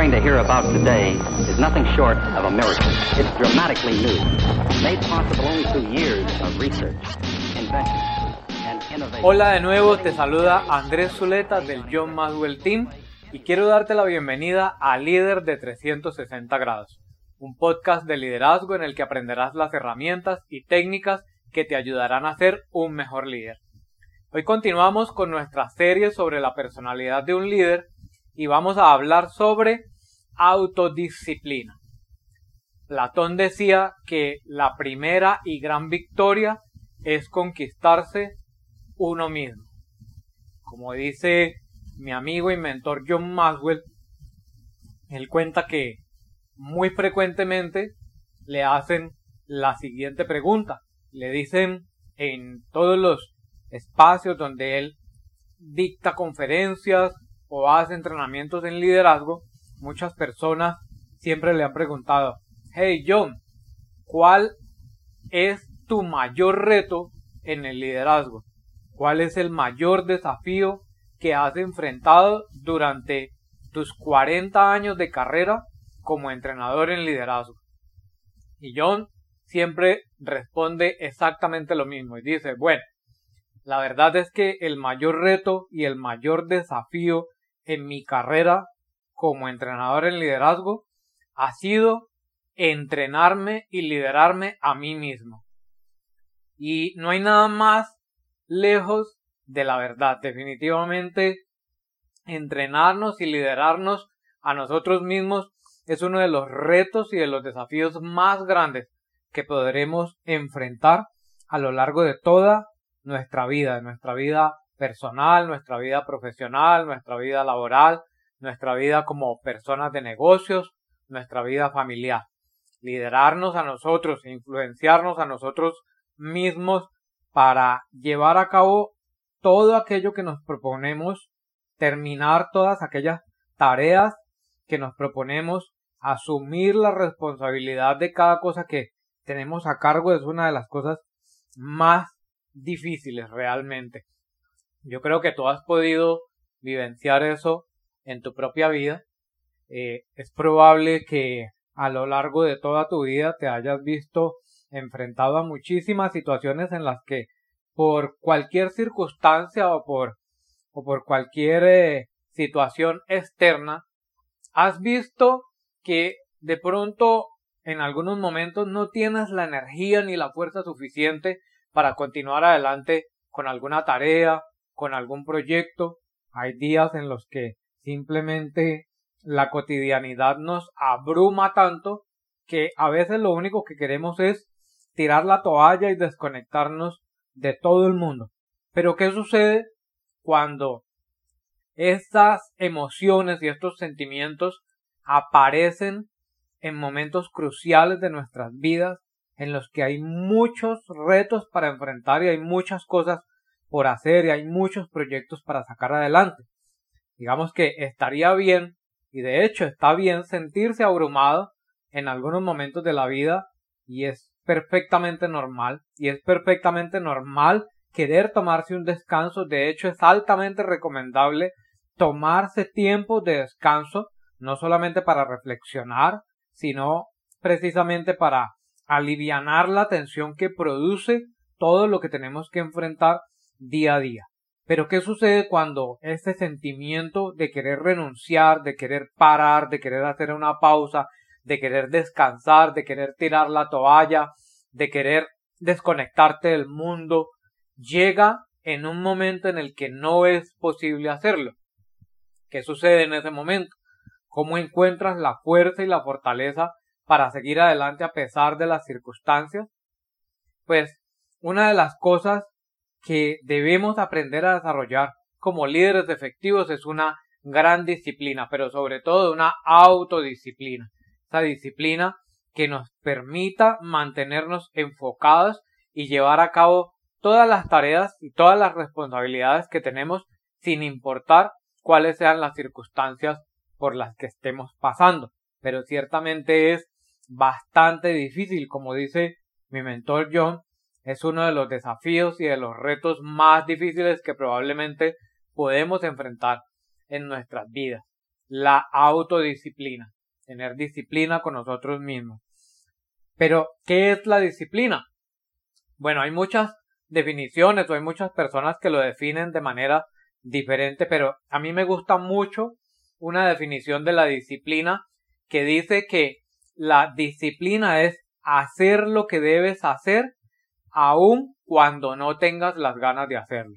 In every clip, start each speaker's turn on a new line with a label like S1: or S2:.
S1: going to hear about today is nothing short of a miracle. It's dramatically new, made possible only through years of research, invention, and innovation.
S2: Hola de nuevo, te saluda Andrés Zuleta del John Maxwell Team y quiero darte la bienvenida a Líder de 360 grados, un podcast de liderazgo en el que aprenderás las herramientas y técnicas que te ayudarán a ser un mejor líder. Hoy continuamos con nuestra serie sobre la personalidad de un líder y vamos a hablar sobre autodisciplina. Platón decía que la primera y gran victoria es conquistarse uno mismo. Como dice mi amigo y mentor John Maxwell, él cuenta que muy frecuentemente le hacen la siguiente pregunta. Le dicen en todos los espacios donde él dicta conferencias o hace entrenamientos en liderazgo, muchas personas siempre le han preguntado: hey John, ¿cuál es tu mayor reto en el liderazgo? ¿Cuál es el mayor desafío que has enfrentado durante tus 40 años de carrera como entrenador en liderazgo? Y John siempre responde exactamente lo mismo y dice: bueno, la verdad es que el mayor reto y el mayor desafío en mi carrera como entrenador en liderazgo ha sido entrenarme y liderarme a mí mismo. Y no hay nada más lejos de la verdad. Definitivamente, entrenarnos y liderarnos a nosotros mismos es uno de los retos y de los desafíos más grandes que podremos enfrentar a lo largo de toda nuestra vida personal, nuestra vida profesional, nuestra vida laboral, nuestra vida como personas de negocios, nuestra vida familiar. Liderarnos a nosotros, influenciarnos a nosotros mismos para llevar a cabo todo aquello que nos proponemos, terminar todas aquellas tareas que nos proponemos, asumir la responsabilidad de cada cosa que tenemos a cargo es una de las cosas más difíciles realmente. Yo creo que tú has podido vivenciar eso en tu propia vida. Es probable que a lo largo de toda tu vida te hayas visto enfrentado a muchísimas situaciones en las que por cualquier circunstancia o por cualquier situación externa has visto que de pronto en algunos momentos no tienes la energía ni la fuerza suficiente para continuar adelante con alguna tarea, con algún proyecto. Hay días en los que simplemente la cotidianidad nos abruma tanto que a veces lo único que queremos es tirar la toalla y desconectarnos de todo el mundo. Pero ¿qué sucede cuando estas emociones y estos sentimientos aparecen en momentos cruciales de nuestras vidas, en los que hay muchos retos para enfrentar y hay muchas cosas por hacer y hay muchos proyectos para sacar adelante? Digamos que estaría bien, y de hecho está bien, sentirse abrumado en algunos momentos de la vida, y es perfectamente normal, querer tomarse un descanso. De hecho es altamente recomendable tomarse tiempo de descanso, no solamente para reflexionar, sino precisamente para alivianar la tensión que produce todo lo que tenemos que enfrentar día a día. Pero ¿qué sucede cuando este sentimiento de querer renunciar, de querer parar, de querer hacer una pausa, de querer descansar, de querer tirar la toalla, de querer desconectarte del mundo, llega en un momento en el que no es posible hacerlo? ¿Qué sucede en ese momento? ¿Cómo encuentras la fuerza y la fortaleza para seguir adelante a pesar de las circunstancias? Pues una de las cosas que debemos aprender a desarrollar como líderes efectivos es una gran disciplina, pero sobre todo una autodisciplina. Esa disciplina que nos permita mantenernos enfocados y llevar a cabo todas las tareas y todas las responsabilidades que tenemos sin importar cuáles sean las circunstancias por las que estemos pasando. Pero ciertamente es bastante difícil, como dice mi mentor John, es uno de los desafíos y de los retos más difíciles que probablemente podemos enfrentar en nuestras vidas. la autodisciplina, tener disciplina con nosotros mismos. Pero, ¿qué es la disciplina? Bueno, hay muchas definiciones o hay muchas personas que lo definen de manera diferente, pero a mí me gusta mucho una definición de la disciplina que dice que la disciplina es hacer lo que debes hacer aun cuando no tengas las ganas de hacerlo.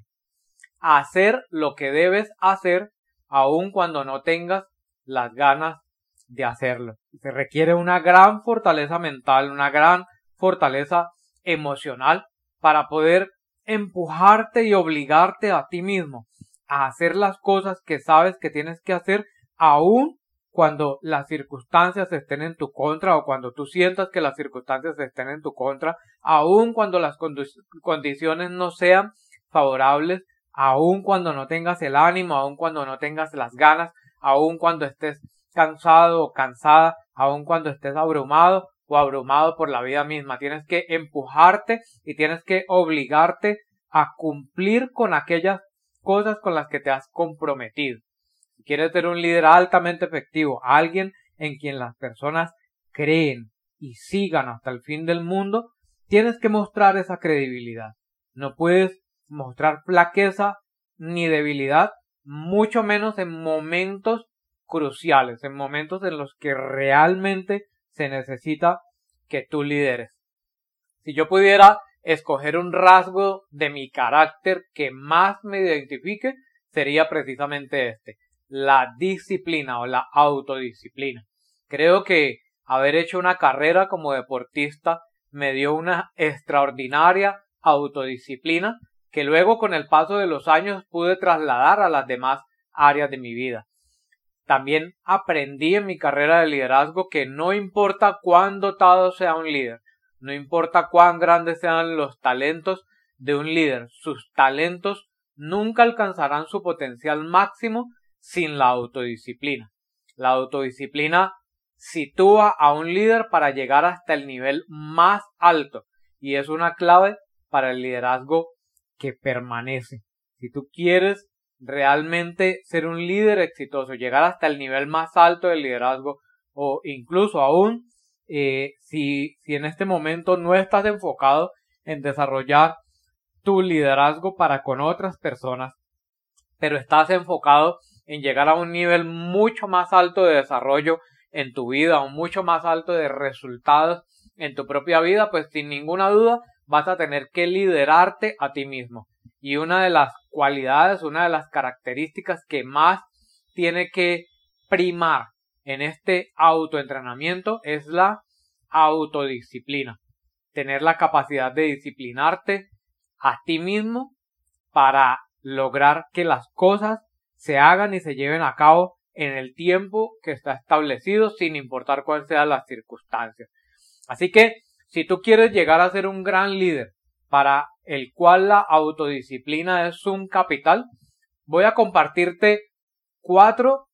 S2: Hacer lo que debes hacer aun cuando no tengas las ganas de hacerlo. Se requiere una gran fortaleza mental, una gran fortaleza emocional para poder empujarte y obligarte a ti mismo a hacer las cosas que sabes que tienes que hacer aun cuando las circunstancias estén en tu contra o cuando tú sientas que las circunstancias estén en tu contra, aun cuando las condiciones no sean favorables, aun cuando no tengas el ánimo, aun cuando no tengas las ganas, aun cuando estés cansado o cansada, aun cuando estés abrumado o abrumado por la vida misma. Tienes que empujarte y tienes que obligarte a cumplir con aquellas cosas con las que te has comprometido. Si quieres ser un líder altamente efectivo, alguien en quien las personas creen y sigan hasta el fin del mundo, tienes que mostrar esa credibilidad. No puedes mostrar flaqueza ni debilidad, mucho menos en momentos cruciales, en momentos en los que realmente se necesita que tú lideres. Si yo pudiera escoger un rasgo de mi carácter que más me identifique, sería precisamente este: la disciplina o la autodisciplina. Creo que haber hecho una carrera como deportista me dio una extraordinaria autodisciplina que luego con el paso de los años pude trasladar a las demás áreas de mi vida. También aprendí en mi carrera de liderazgo que no importa cuán dotado sea un líder, no importa cuán grandes sean los talentos de un líder, sus talentos nunca alcanzarán su potencial máximo sin la autodisciplina. La autodisciplina sitúa a un líder para llegar hasta el nivel más alto y es una clave para el liderazgo que permanece. Si tú quieres realmente ser un líder exitoso, llegar hasta el nivel más alto del liderazgo o incluso aún si en este momento no estás enfocado en desarrollar tu liderazgo para con otras personas, pero estás enfocado en llegar a un nivel mucho más alto de desarrollo en tu vida, un mucho más alto de resultados en tu propia vida, pues sin ninguna duda vas a tener que liderarte a ti mismo. Y una de las cualidades, una de las características que más tiene que primar en este autoentrenamiento es la autodisciplina. Tener la capacidad de disciplinarte a ti mismo para lograr que las cosas se hagan y se lleven a cabo en el tiempo que está establecido sin importar cuáles sean las circunstancias. Así que si tú quieres llegar a ser un gran líder para el cual la autodisciplina es un capital, voy a compartirte 5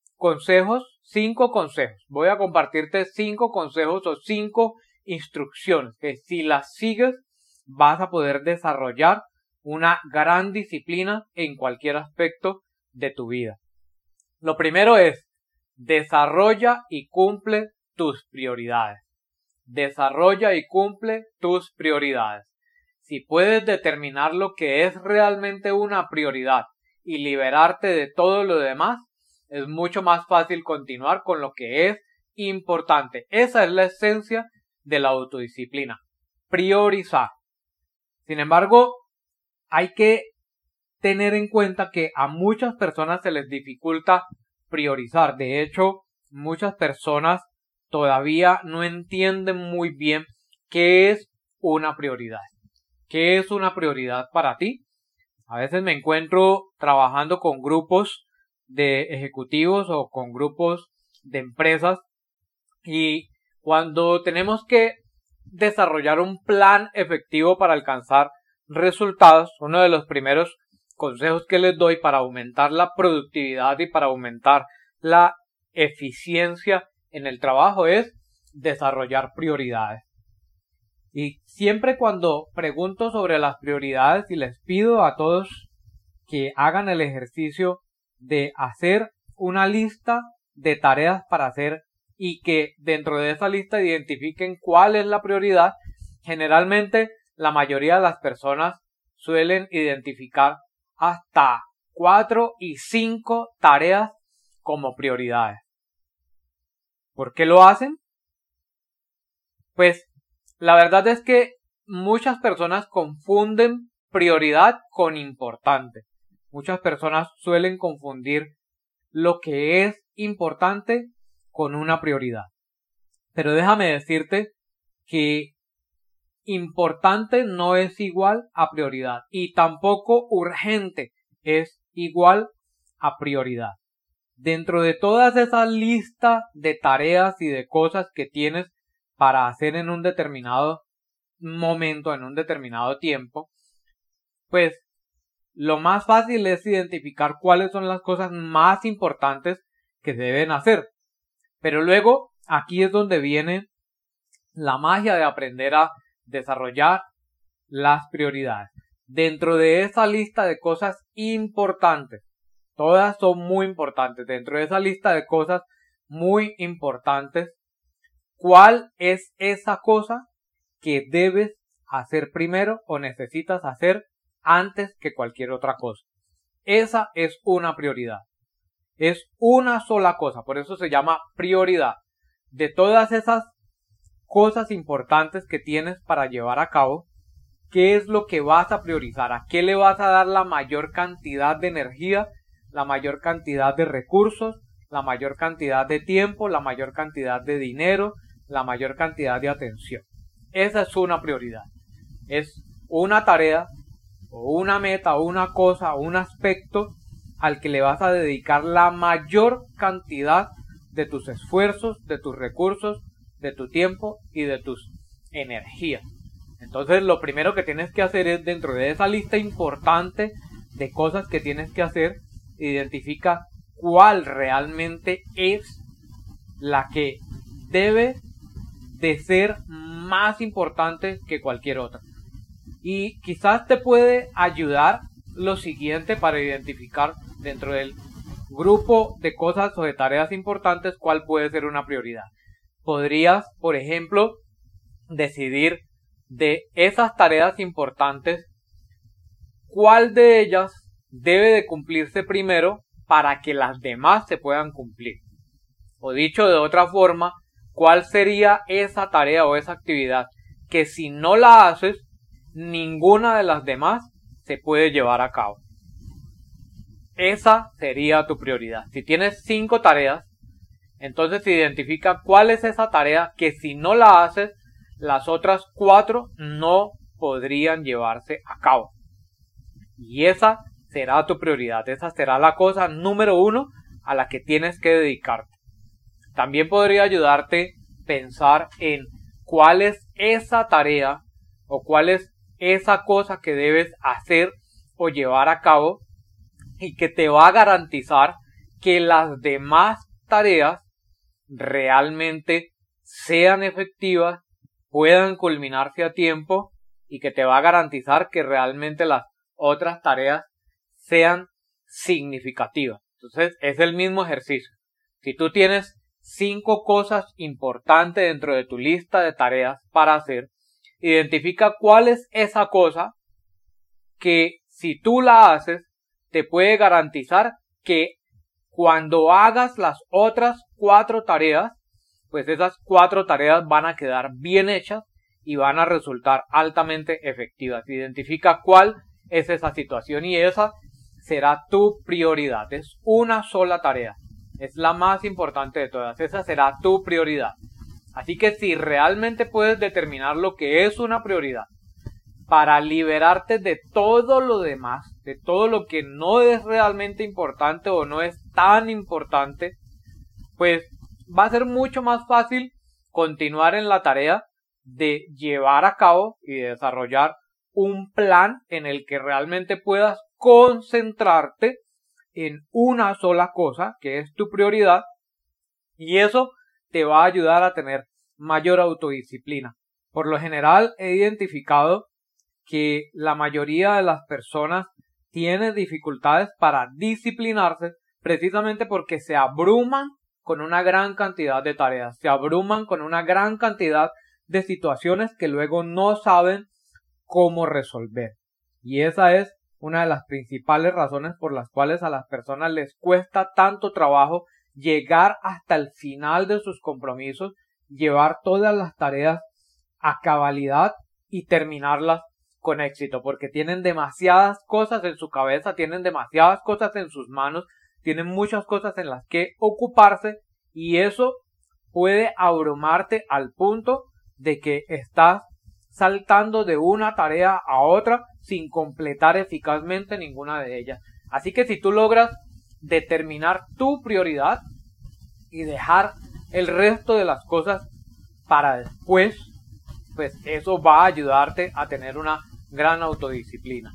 S2: consejos. Voy a compartirte 5 consejos o 5 instrucciones que si las sigues vas a poder desarrollar una gran disciplina en cualquier aspecto de tu vida. Lo primero es: desarrolla y cumple tus prioridades. Desarrolla y cumple tus prioridades. Si puedes determinar lo que es realmente una prioridad y liberarte de todo lo demás, es mucho más fácil continuar con lo que es importante. Esa es la esencia de la autodisciplina: priorizar. Sin embargo, hay que tener en cuenta que a muchas personas se les dificulta priorizar. De hecho, muchas personas todavía no entienden muy bien qué es una prioridad. ¿Qué es una prioridad para ti? A veces me encuentro trabajando con grupos de ejecutivos o con grupos de empresas y cuando tenemos que desarrollar un plan efectivo para alcanzar resultados, uno de los primeros consejos que les doy para aumentar la productividad y para aumentar la eficiencia en el trabajo es desarrollar prioridades. Y siempre cuando pregunto sobre las prioridades y les pido a todos que hagan el ejercicio de hacer una lista de tareas para hacer y que dentro de esa lista identifiquen cuál es la prioridad, generalmente la mayoría de las personas suelen identificar hasta 4 y 5 tareas como prioridades. ¿Por qué lo hacen? Pues la verdad es que muchas personas confunden prioridad con importante. Muchas personas suelen confundir lo que es importante con una prioridad. Pero déjame decirte que importante no es igual a prioridad y tampoco urgente es igual a prioridad. Dentro de todas esas listas de tareas y de cosas que tienes para hacer en un determinado momento, en un determinado tiempo, pues lo más fácil es identificar cuáles son las cosas más importantes que se deben hacer. Pero luego aquí es donde viene la magia de aprender a desarrollar las prioridades. Dentro de esa lista de cosas importantes, todas son muy importantes, dentro de esa lista de cosas muy importantes, ¿cuál es esa cosa que debes hacer primero o necesitas hacer antes que cualquier otra cosa? Esa es una prioridad. Es una sola cosa, por eso se llama prioridad. De todas esas cosas importantes que tienes para llevar a cabo, ¿qué es lo que vas a priorizar? ¿A qué le vas a dar la mayor cantidad de energía, la mayor cantidad de recursos, la mayor cantidad de tiempo, la mayor cantidad de dinero, la mayor cantidad de atención? Esa es una prioridad. Es una tarea o una meta o una cosa o un aspecto al que le vas a dedicar la mayor cantidad de tus esfuerzos, de tus recursos, de tu tiempo y de tus energías. Entonces lo primero que tienes que hacer es, dentro de esa lista importante de cosas que tienes que hacer, identifica cuál realmente es la que debe de ser más importante que cualquier otra. Y quizás te puede ayudar lo siguiente para identificar dentro del grupo de cosas o de tareas importantes cuál puede ser una prioridad. Podrías, por ejemplo, decidir de esas tareas importantes cuál de ellas debe de cumplirse primero para que las demás se puedan cumplir. O dicho de otra forma, cuál sería esa tarea o esa actividad que si no la haces, ninguna de las demás se puede llevar a cabo. Esa sería tu prioridad. Si tienes 5 tareas, entonces identifica cuál es esa tarea que si no la haces, las otras 4 no podrían llevarse a cabo. Y esa será tu prioridad. Esa será la cosa número 1 a la que tienes que dedicarte. También podría ayudarte pensar en cuál es esa tarea o cuál es esa cosa que debes hacer o llevar a cabo y que te va a garantizar que las demás tareas realmente sean efectivas, puedan culminarse a tiempo y que te va a garantizar que realmente las otras tareas sean significativas. Entonces es el mismo ejercicio. Si tú tienes 5 cosas importantes dentro de tu lista de tareas para hacer, identifica cuál es esa cosa que si tú la haces te puede garantizar que cuando hagas las otras 4 tareas, pues esas 4 tareas van a quedar bien hechas y van a resultar altamente efectivas. Identifica cuál es esa situación y esa será tu prioridad. Es una sola tarea. Es la más importante de todas. Esa será tu prioridad. Así que si realmente puedes determinar lo que es una prioridad para liberarte de todo lo demás, de todo lo que no es realmente importante o no es tan importante, pues va a ser mucho más fácil continuar en la tarea de llevar a cabo y desarrollar un plan en el que realmente puedas concentrarte en una sola cosa que es tu prioridad, y eso te va a ayudar a tener mayor autodisciplina. Por lo general he identificado que la mayoría de las personas tiene dificultades para disciplinarse precisamente porque se abruman con una gran cantidad de tareas, se abruman con una gran cantidad de situaciones que luego no saben cómo resolver. Y esa es una de las principales razones por las cuales a las personas les cuesta tanto trabajo llegar hasta el final de sus compromisos, llevar todas las tareas a cabalidad y terminarlas con éxito, porque tienen demasiadas cosas en su cabeza, tienen demasiadas cosas en sus manos, tienen muchas cosas en las que ocuparse y eso puede abrumarte al punto de que estás saltando de una tarea a otra sin completar eficazmente ninguna de ellas. Así que si tú logras determinar tu prioridad y dejar el resto de las cosas para después, pues eso va a ayudarte a tener una gran autodisciplina.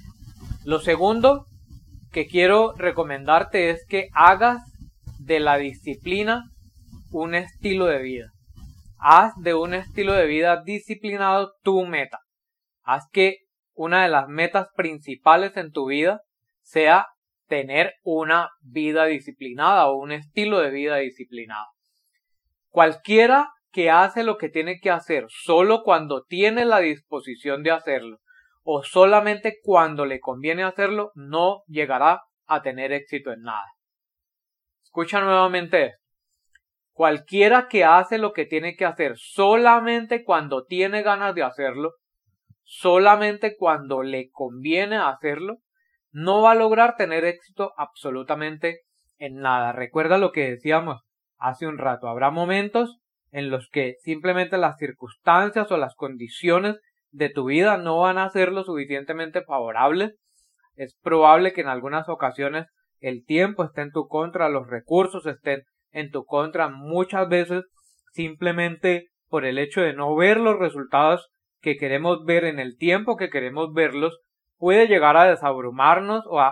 S2: Lo segundo que quiero recomendarte es que hagas de la disciplina un estilo de vida. Haz de un estilo de vida disciplinado tu meta. Haz que una de las metas principales en tu vida sea tener una vida disciplinada o un estilo de vida disciplinado. Cualquiera que hace lo que tiene que hacer solo cuando tiene la disposición de hacerlo o solamente cuando le conviene hacerlo, no llegará a tener éxito en nada. Escucha nuevamente esto. Cualquiera que hace lo que tiene que hacer solamente cuando tiene ganas de hacerlo, solamente cuando le conviene hacerlo, no va a lograr tener éxito absolutamente en nada. Recuerda lo que decíamos hace un rato. Habrá momentos en los que simplemente las circunstancias o las condiciones de tu vida no van a ser lo suficientemente favorables. Es probable que en algunas ocasiones el tiempo esté en tu contra, los recursos estén en tu contra, muchas veces simplemente por el hecho de no ver los resultados que queremos ver en el tiempo que queremos verlos, puede llegar a desabrumarnos o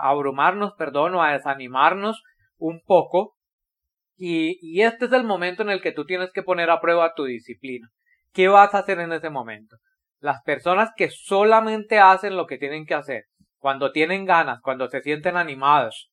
S2: a desanimarnos un poco. Y este es el momento en el que tú tienes que poner a prueba tu disciplina. ¿Qué vas a hacer en ese momento? Las personas que solamente hacen lo que tienen que hacer, cuando tienen ganas, cuando se sienten animados,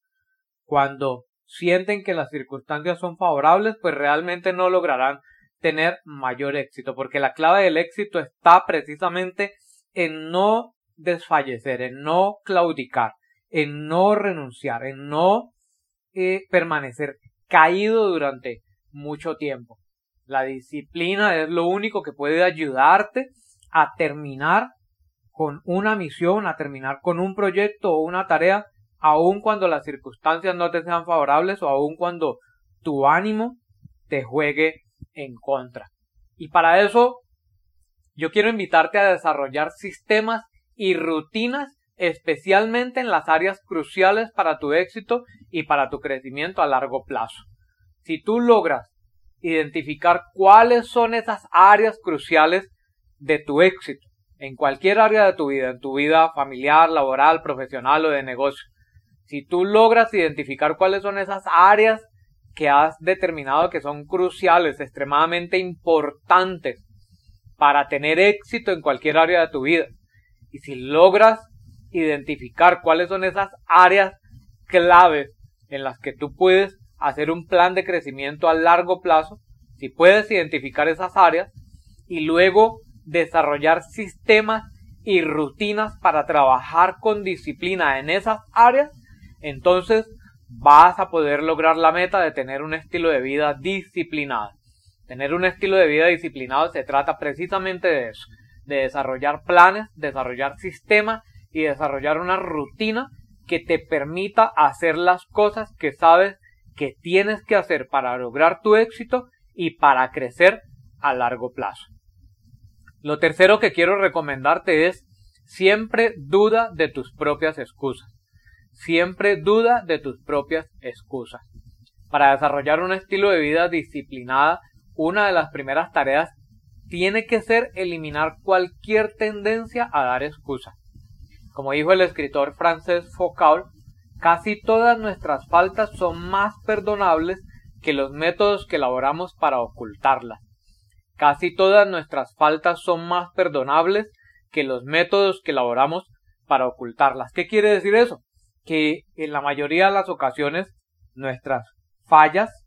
S2: cuando sienten que las circunstancias son favorables, pues realmente no lograrán tener mayor éxito, porque la clave del éxito está precisamente en no desfallecer, en no claudicar, en no renunciar, en no permanecer caído durante mucho tiempo. La disciplina es lo único que puede ayudarte a terminar con una misión, a terminar con un proyecto o una tarea, aun cuando las circunstancias no te sean favorables o aun cuando tu ánimo te juegue en contra. Y para eso yo quiero invitarte a desarrollar sistemas y rutinas especialmente en las áreas cruciales para tu éxito y para tu crecimiento a largo plazo. Si tú logras identificar cuáles son esas áreas cruciales de tu éxito en cualquier área de tu vida, en tu vida familiar, laboral, profesional o de negocio, si tú logras identificar cuáles son esas áreas que has determinado que son cruciales, extremadamente importantes para tener éxito en cualquier área de tu vida, y si logras identificar cuáles son esas áreas claves en las que tú puedes hacer un plan de crecimiento a largo plazo, si puedes identificar esas áreas y luego desarrollar sistemas y rutinas para trabajar con disciplina en esas áreas, entonces vas a poder lograr la meta de tener un estilo de vida disciplinado. Tener un estilo de vida disciplinado se trata precisamente de eso, de desarrollar planes, desarrollar sistemas y desarrollar una rutina que te permita hacer las cosas que sabes que tienes que hacer para lograr tu éxito y para crecer a largo plazo. Lo tercero que quiero recomendarte es siempre duda de tus propias excusas. Siempre duda de tus propias excusas. Para desarrollar un estilo de vida disciplinada, una de las primeras tareas tiene que ser eliminar cualquier tendencia a dar excusas. Como dijo el escritor Frances Foucault, casi todas nuestras faltas son más perdonables que los métodos que elaboramos para ocultarlas. Casi todas nuestras faltas son más perdonables que los métodos que elaboramos para ocultarlas. ¿Qué quiere decir eso? Que en la mayoría de las ocasiones nuestras fallas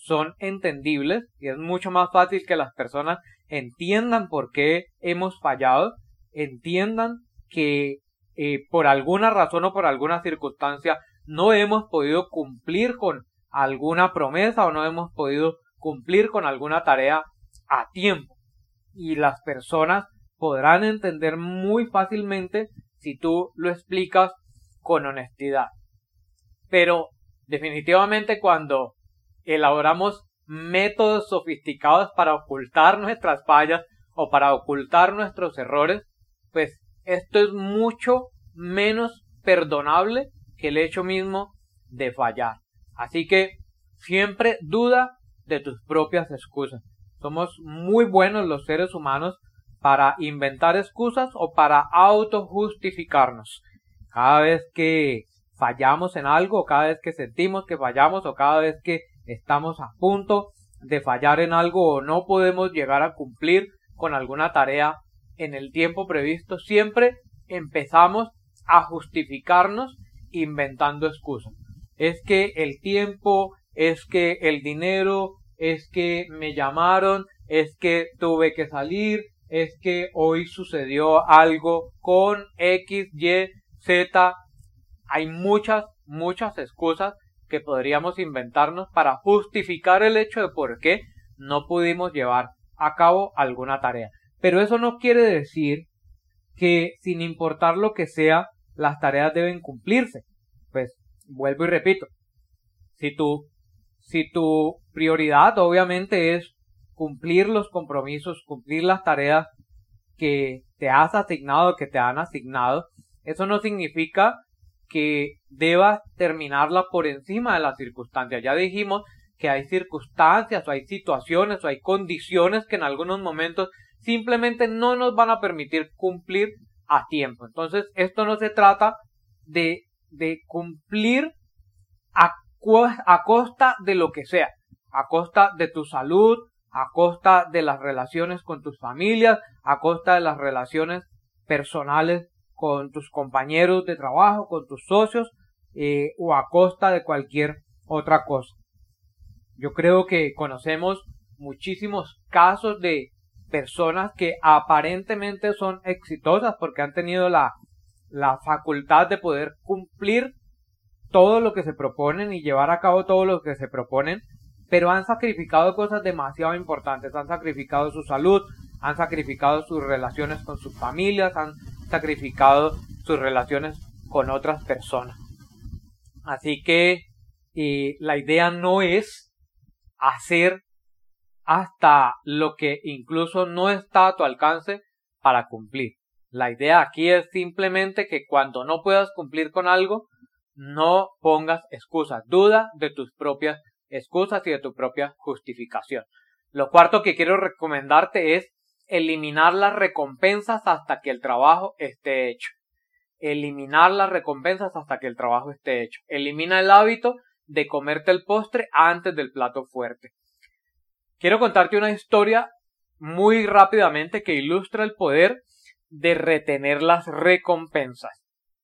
S2: son entendibles y es mucho más fácil que las personas entiendan por qué hemos fallado, entiendan que por alguna razón o por alguna circunstancia no hemos podido cumplir con alguna promesa o no hemos podido cumplir con alguna tarea a tiempo. Y las personas podrán entender muy fácilmente si tú lo explicas con honestidad. Pero definitivamente cuando elaboramos métodos sofisticados para ocultar nuestras fallas o para ocultar nuestros errores, pues esto es mucho menos perdonable que el hecho mismo de fallar. Así que siempre duda de tus propias excusas. Somos muy buenos los seres humanos para inventar excusas o para autojustificarnos. Cada vez que fallamos en algo, cada vez que sentimos que fallamos o cada vez que estamos a punto de fallar en algo o no podemos llegar a cumplir con alguna tarea en el tiempo previsto, siempre empezamos a justificarnos inventando excusas. Es que el tiempo, es que el dinero, es que me llamaron, es que tuve que salir, es que hoy sucedió algo con X, Y, Z. Hay muchas excusas que podríamos inventarnos para justificar el hecho de por qué no pudimos llevar a cabo alguna tarea. Pero eso no quiere decir que sin importar lo que sea, las tareas deben cumplirse. Pues vuelvo y repito, si tu prioridad obviamente es cumplir los compromisos, cumplir las tareas que te has asignado, que te han asignado, eso no significa que debas terminarla por encima de las circunstancias. Ya dijimos que hay circunstancias o hay situaciones o hay condiciones que en algunos momentos simplemente no nos van a permitir cumplir a tiempo. Entonces esto no se trata de cumplir a costa de lo que sea, a costa de tu salud, a costa de las relaciones con tus familias, a costa de las relaciones personales con tus compañeros de trabajo, con tus socios, o a costa de cualquier otra cosa. Yo creo que conocemos muchísimos casos de personas que aparentemente son exitosas porque han tenido la facultad de poder cumplir todo lo que se proponen y llevar a cabo todo lo que se proponen, pero han sacrificado cosas demasiado importantes, han sacrificado su salud, han sacrificado sus relaciones con sus familias, han sacrificado sus relaciones con otras personas. Así que la idea no es hacer hasta lo que incluso no está a tu alcance para cumplir. La idea aquí es simplemente que cuando no puedas cumplir con algo, no pongas excusas, duda de tus propias excusas y de tu propia justificación. Lo cuarto que quiero recomendarte es eliminar las recompensas hasta que el trabajo esté hecho. Eliminar las recompensas hasta que el trabajo esté hecho. Elimina el hábito de comerte el postre antes del plato fuerte. Quiero contarte una historia muy rápidamente que ilustra el poder de retener las recompensas.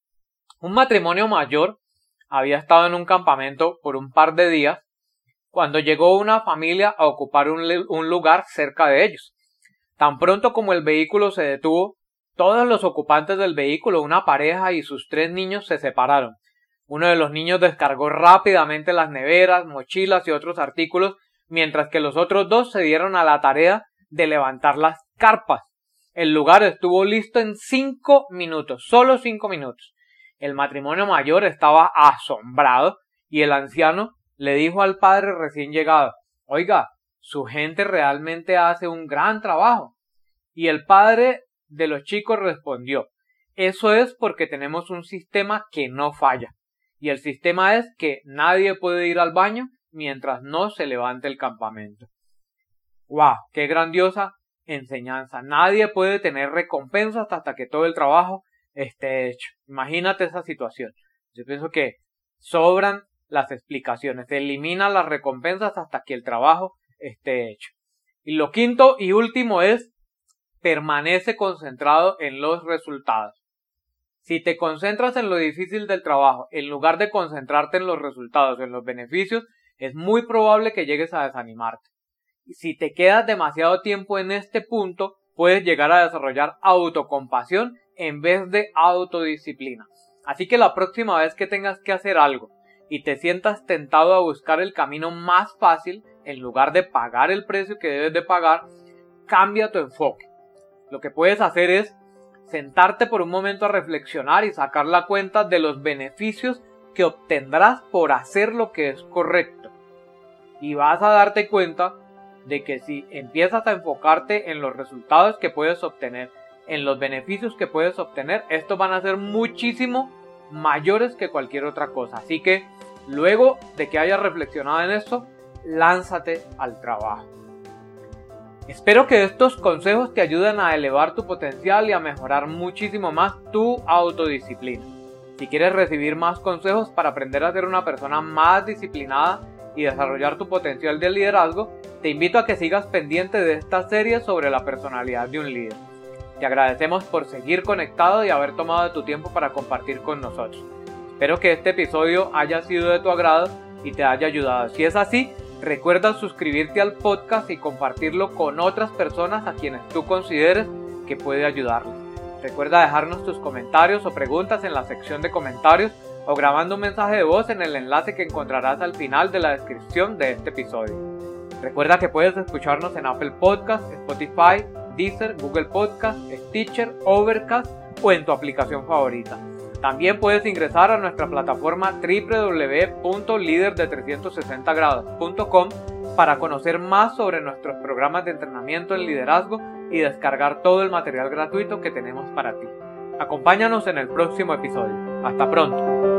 S2: Un matrimonio mayor había estado en un campamento por un par de días cuando llegó una familia a ocupar un lugar cerca de ellos. Tan pronto como el vehículo se detuvo, todos los ocupantes del vehículo, una pareja y sus 3 niños, se separaron. Uno de los niños descargó rápidamente las neveras, mochilas y otros artículos, mientras que los otros 2 se dieron a la tarea de levantar las carpas. El lugar estuvo listo en 5 minutos, solo 5 minutos. El matrimonio mayor estaba asombrado y el anciano le dijo al padre recién llegado: «Oiga, su gente realmente hace un gran trabajo». Y el padre de los chicos respondió: «Eso es porque tenemos un sistema que no falla. Y el sistema es que nadie puede ir al baño mientras no se levante el campamento». ¡Wow! ¡Qué grandiosa enseñanza! Nadie puede tener recompensas hasta que todo el trabajo esté hecho. Imagínate esa situación. Yo pienso que sobran las explicaciones. Elimina las recompensas hasta que el trabajo esté hecho. Y lo quinto y último es: permanece concentrado en los resultados. Si te concentras en lo difícil del trabajo, en lugar de concentrarte en los resultados, en los beneficios, es muy probable que llegues a desanimarte. Y si te quedas demasiado tiempo en este punto, puedes llegar a desarrollar autocompasión en vez de autodisciplina. Así que la próxima vez que tengas que hacer algo y te sientas tentado a buscar el camino más fácil, en lugar de pagar el precio que debes de pagar, cambia tu enfoque. Lo que puedes hacer es sentarte por un momento a reflexionar y sacar la cuenta de los beneficios que obtendrás por hacer lo que es correcto. Y vas a darte cuenta de que si empiezas a enfocarte en los resultados que puedes obtener, en los beneficios que puedes obtener, estos van a ser muchísimo mayores que cualquier otra cosa. Así que luego de que hayas reflexionado en esto, lánzate al trabajo. Espero que estos consejos te ayuden a elevar tu potencial y a mejorar muchísimo más tu autodisciplina. Si quieres recibir más consejos para aprender a ser una persona más disciplinada y desarrollar tu potencial de liderazgo, te invito a que sigas pendiente de esta serie sobre la personalidad de un líder. Te agradecemos por seguir conectado y haber tomado tu tiempo para compartir con nosotros. Espero que este episodio haya sido de tu agrado y te haya ayudado. Si es así, recuerda suscribirte al podcast y compartirlo con otras personas a quienes tú consideres que puede ayudarles. Recuerda dejarnos tus comentarios o preguntas en la sección de comentarios o grabando un mensaje de voz en el enlace que encontrarás al final de la descripción de este episodio. Recuerda que puedes escucharnos en Apple Podcast, Spotify, Deezer, Google Podcast, Stitcher, Overcast o en tu aplicación favorita. También puedes ingresar a nuestra plataforma www.liderde360grados.com para conocer más sobre nuestros programas de entrenamiento en liderazgo y descargar todo el material gratuito que tenemos para ti. Acompáñanos en el próximo episodio. Hasta pronto.